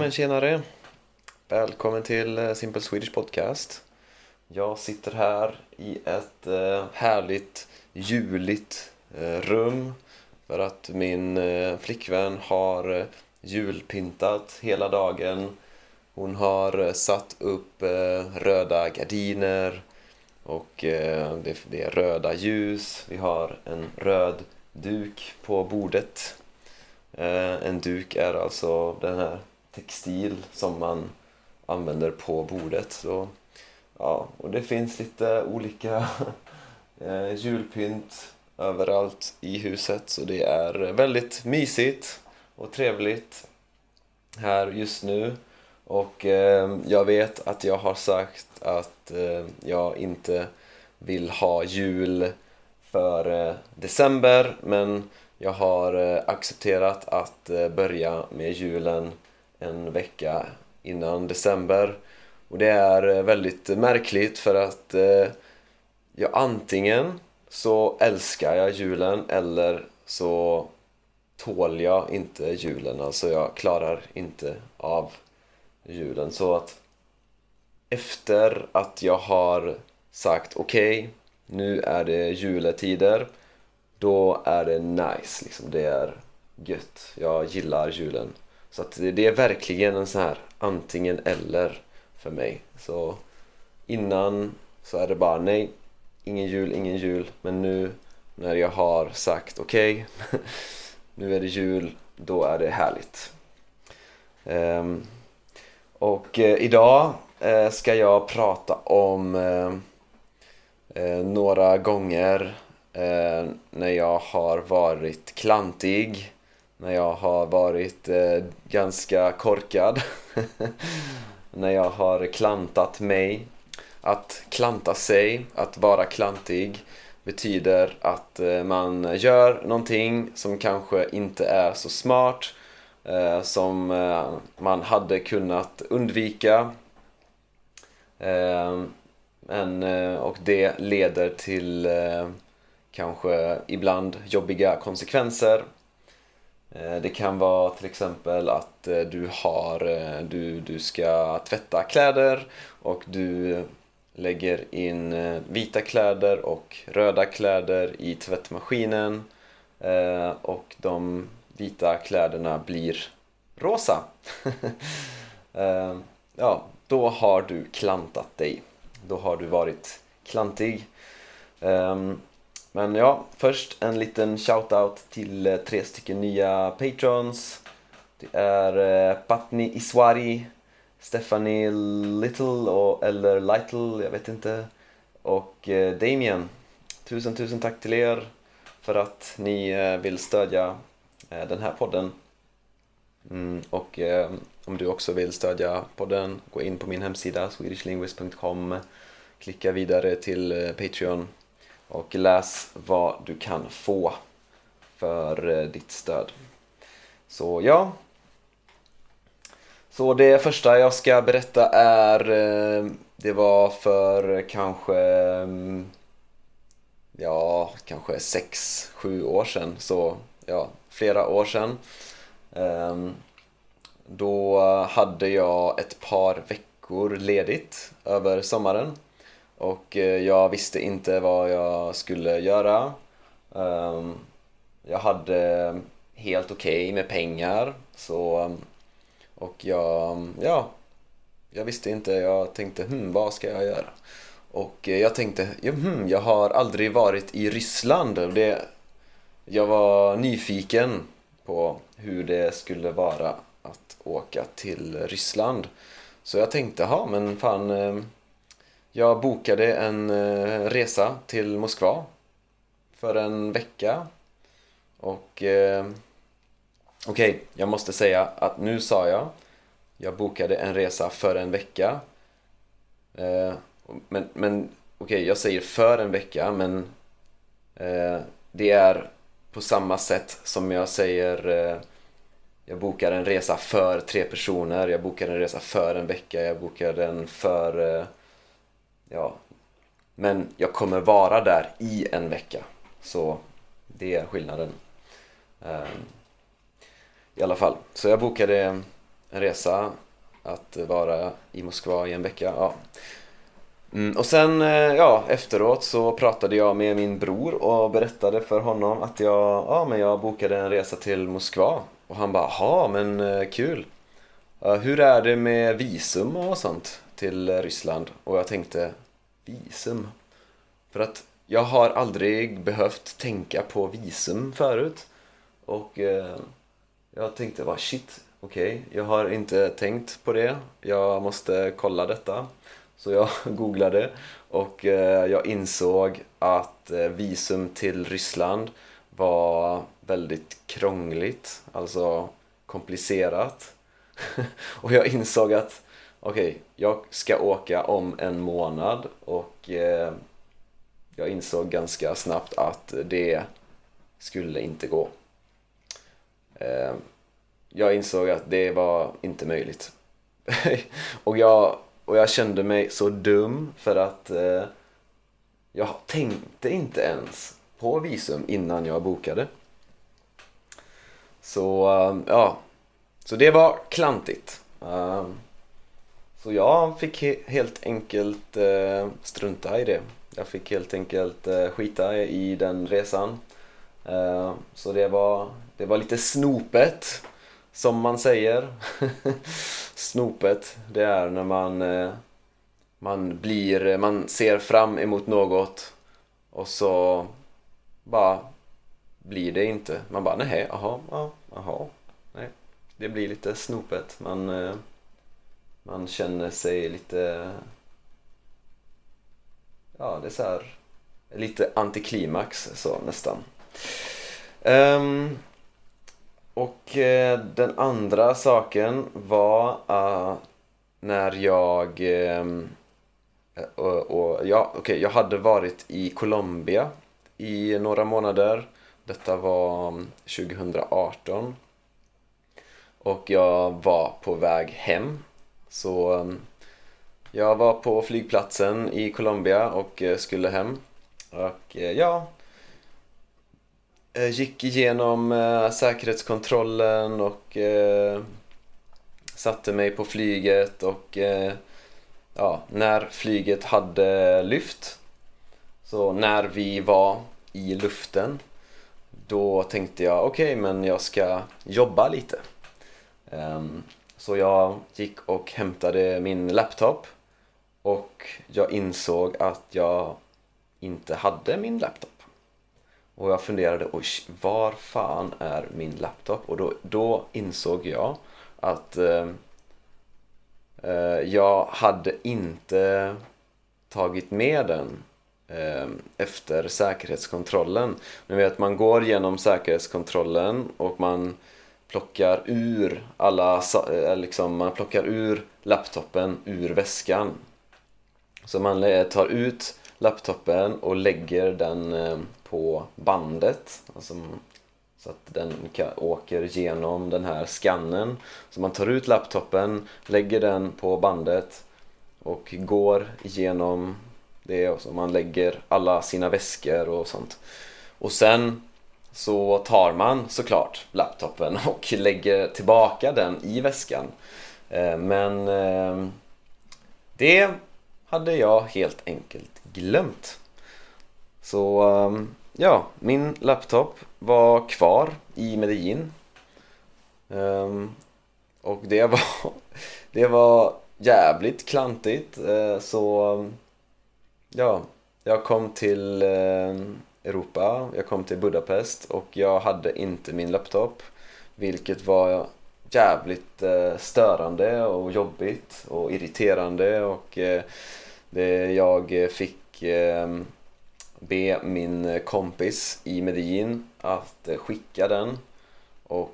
Tjenare! Välkommen till Simple Swedish Podcast. Jag sitter här i ett härligt juligt rum för att min flickvän har julpyntat hela dagen. Hon har satt upp röda gardiner och det är röda ljus. Vi har en röd duk på bordet. En duk är alltså den här textil som man använder på bordet. Så, ja, och det finns lite olika julpynt överallt i huset. Så det är väldigt mysigt och trevligt här just nu. Och jag vet att jag har sagt att jag inte vill ha jul för december. Men jag har accepterat att börja med julen en vecka innan december. Och det är väldigt märkligt för att jag antingen så älskar jag julen eller så tål jag inte julen. Alltså jag klarar inte av julen. Så att efter att jag har sagt okej, nu är det juletider, då är det nice, liksom. Det är gött. Jag gillar julen. Så att det är verkligen en sån här antingen eller för mig. Så innan så är det bara nej, ingen jul. Men nu när jag har sagt okej, nu är det jul, då är det härligt. Idag ska jag prata om några gånger när jag har varit klantig, när jag har varit ganska korkad, när jag har klantat mig. Att klanta sig, att vara klantig, betyder att man gör någonting som kanske inte är så smart, som man hade kunnat undvika. Och det leder till kanske ibland jobbiga konsekvenser. Det kan vara till exempel att du ska tvätta kläder och du lägger in vita kläder och röda kläder i tvättmaskinen, och de vita kläderna blir rosa. Ja, då har du klantat dig. Då har du varit klantig. Men ja, först en liten shoutout till 3 stycken nya patrons. Det är Patni Iswari, Stephanie Little eller Little, jag vet inte, och Damien. Tusen tack till er för att ni vill stödja den här podden. Och om du också vill stödja podden, gå in på min hemsida swedishlinguist.com, klicka vidare till Patreon och läs vad du kan få för ditt stöd. Så ja. Så det första jag ska berätta är, det var för kanske 6-7 år sedan. Så ja, flera år sedan. Då hade jag ett par veckor ledigt över sommaren. Och jag visste inte vad jag skulle göra. Jag hade helt okej med pengar. Och jag visste inte. Jag tänkte, vad ska jag göra? Och jag tänkte, jag har aldrig varit i Ryssland. Jag var nyfiken på hur det skulle vara att åka till Ryssland. Så jag tänkte, jag bokade en resa till Moskva för en vecka. Och okej, jag måste säga att nu sa jag bokade en resa för en vecka. Men okej, jag säger för en vecka, men det är på samma sätt som jag säger jag bokar en resa för 3 personer. Jag bokar en resa för en vecka. Jag bokar den för men jag kommer vara där i en vecka. Så det är skillnaden. I alla fall. Så jag bokade en resa att vara i Moskva i en vecka. Ja. Och sen efteråt så pratade jag med min bror och berättade för honom att jag bokade en resa till Moskva. Och han bara, ja men kul. Hur är det med visum och sånt till Ryssland? Och jag tänkte, visum? För att jag har aldrig behövt tänka på visum förut. Och jag tänkte, shit, okej. Jag har inte tänkt på det. Jag måste kolla detta. Så jag googlade och jag insåg att visum till Ryssland var väldigt krångligt, alltså komplicerat. Och jag insåg att jag ska åka om en månad och jag insåg ganska snabbt att det skulle inte gå. Jag insåg att det var inte möjligt. Och jag kände mig så dum för att jag tänkte inte ens på visum innan jag bokade. Så det var klantigt. Så jag fick helt enkelt strunta i det. Jag fick helt enkelt skita i den resan. Så det var lite snopet, som man säger. Snopet, det är när man ser fram emot något och så bara blir det inte. Man bara, nej, nej. Det blir lite snopet. Man känner sig lite, det är så här, lite antiklimax så nästan. Och den andra saken var när jag hade varit i Colombia i några månader. Detta var 2018. Och jag var på väg hem. Så jag var på flygplatsen i Colombia och skulle hem. Och gick igenom säkerhetskontrollen och satte mig på flyget och när flyget hade lyft, så när vi var i luften, då tänkte jag men jag ska jobba lite. Så jag gick och hämtade min laptop och jag insåg att jag inte hade min laptop. Och jag funderade, var fan är min laptop? Och då insåg jag att jag hade inte tagit med den efter säkerhetskontrollen. Ni vet, man går igenom säkerhetskontrollen och man plockar ur man plockar ur laptopen ur väskan. Så man tar ut laptopen och lägger den på bandet, alltså, så att den åker igenom den här skannen. Så man tar ut laptopen, lägger den på bandet och går igenom det, och så man lägger alla sina väskor och sånt. Och sen så tar man såklart laptopen och lägger tillbaka den i väskan. Men det hade jag helt enkelt glömt. Så min laptop var kvar i Medellin. Och det var jävligt klantigt. Jag kom till Europa, jag kom till Budapest och jag hade inte min laptop, vilket var jävligt störande och jobbigt och irriterande. Och jag fick be min kompis i Medellin att skicka den. Och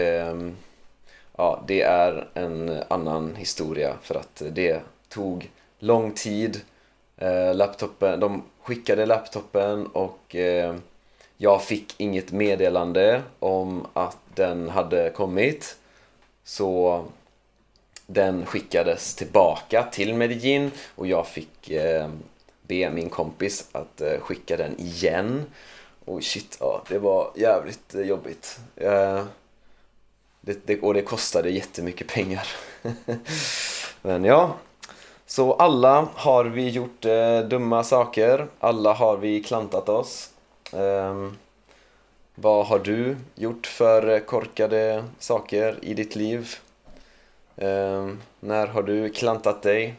det är en annan historia, för att det tog lång tid. De skickade laptopen och jag fick inget meddelande om att den hade kommit. Så den skickades tillbaka till Medellin och jag fick be min kompis att skicka den igen. Och shit, det var jävligt jobbigt. Och det kostade jättemycket pengar. Men ja, så alla har vi gjort dumma saker. Alla har vi klantat oss. Vad har du gjort för korkade saker i ditt liv? När har du klantat dig?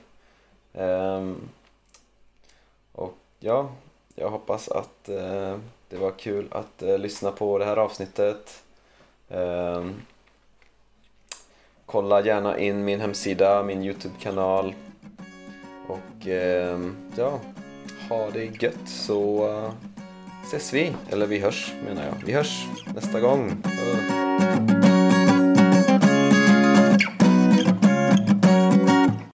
Och ja, jag hoppas att det var kul att lyssna på det här avsnittet. Kolla gärna in min hemsida, min YouTube-kanal. Och ja, ha det gött, så ses vi. Eller vi hörs, menar jag. Vi hörs nästa gång.